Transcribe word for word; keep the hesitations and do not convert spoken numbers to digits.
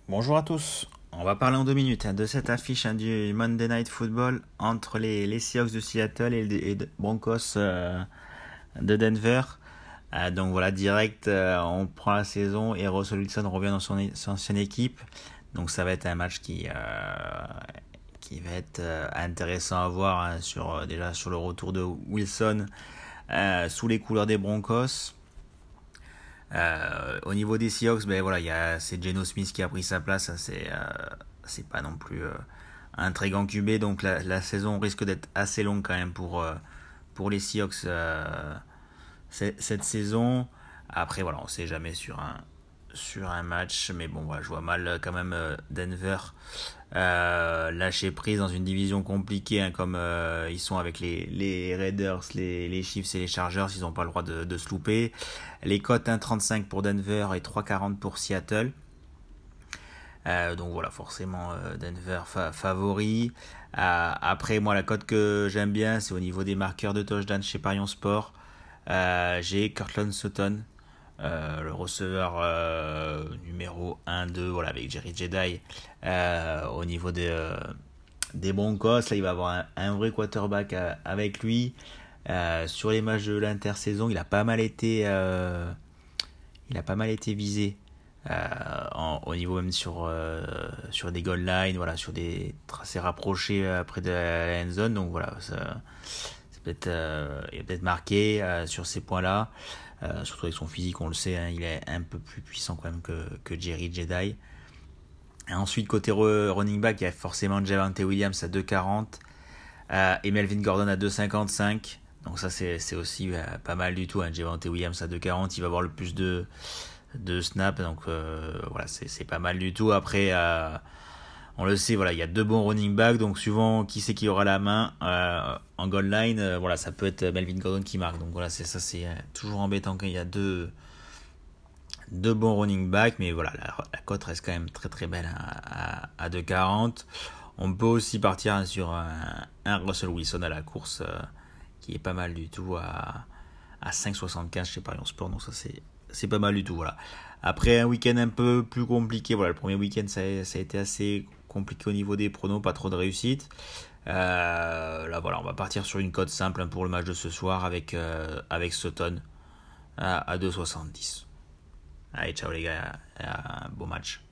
Bonjour à tous. On va parler en deux minutes hein, de cette affiche hein, du Monday Night Football entre les, les Seahawks de Seattle et les Broncos euh, de Denver. Euh, donc voilà, direct, euh, on prend la saison et Russell Wilson revient dans son, son ancienne équipe. Donc ça va être un match qui, euh, qui va être euh, intéressant à voir hein, sur, euh, déjà sur le retour de Wilson euh, sous les couleurs des Broncos. Euh, au niveau des Seahawks, ben voilà, y a, c'est Geno Smith qui a pris sa place. Ça, c'est, euh, c'est pas non plus euh, un très grand Q B, donc la, la saison risque d'être assez longue quand même pour, euh, pour les Seahawks euh, cette saison. Après, voilà, on sait jamais sur un, sur un match, mais bon, voilà, je vois mal quand même euh, Denver euh, lâcher prise dans une division compliquée hein, comme euh, ils sont avec les, les Raiders, les, les Chiefs et les Chargers. Ils n'ont pas le droit de, de se louper. Les cotes un virgule trente-cinq pour Denver et trois virgule quarante pour Seattle. Euh, donc voilà, forcément euh, Denver fa- favori. Euh, après, moi, la cote que j'aime bien, c'est au niveau des marqueurs de touchdown chez Parion Sport. Euh, j'ai Courtland Sutton, euh, le receveur euh, numéro un deux, voilà, avec Jerry Jedi. Euh, au niveau des, euh, des Broncos, là, il va avoir un, un vrai quarterback euh, avec lui. Euh, sur les matchs de l'intersaison, il a pas mal été, euh, il a pas mal été visé. Euh, en, au niveau même sur, euh, sur des goal lines, voilà, sur des tracés rapprochés euh, près de la end zone. Donc voilà, ça, c'est peut-être, euh, il est peut-être marqué euh, sur ces points-là. Euh, surtout avec son physique, on le sait, hein, il est un peu plus puissant quand même que, que Jerry Jedi. Et ensuite, côté re, running back, il y a forcément Javonte Williams à deux virgule quarante euh, et Melvin Gordon à deux virgule cinquante-cinq. Donc ça, c'est, c'est aussi euh, pas mal du tout. Hein. Javonte Williams à deux virgule quarante, il va avoir le plus de, de snaps. Donc euh, voilà, c'est, c'est pas mal du tout. Après, euh, on le sait, voilà, il y a deux bons running backs. Donc suivant qui c'est qui aura la main euh, en goal line, euh, voilà, ça peut être Melvin Gordon qui marque. Donc voilà, c'est ça, c'est euh, toujours embêtant quand il y a deux deux bons running backs, mais voilà, la, la cote reste quand même très très belle à, à, à deux virgule quarante. On peut aussi partir sur un, un Russell Wilson à la course euh, qui est pas mal du tout à, à cinq virgule soixante-quinze chez Parion Sport, donc ça c'est, c'est pas mal du tout. Voilà. Après un week-end un peu plus compliqué, voilà, le premier week-end ça a, ça a été assez compliqué au niveau des pronos, pas trop de réussite. Euh, là voilà, on va partir sur une cote simple hein, pour le match de ce soir avec, euh, avec Sutton à, à deux virgule soixante-dix. Allez, ciao les gars, un beau match.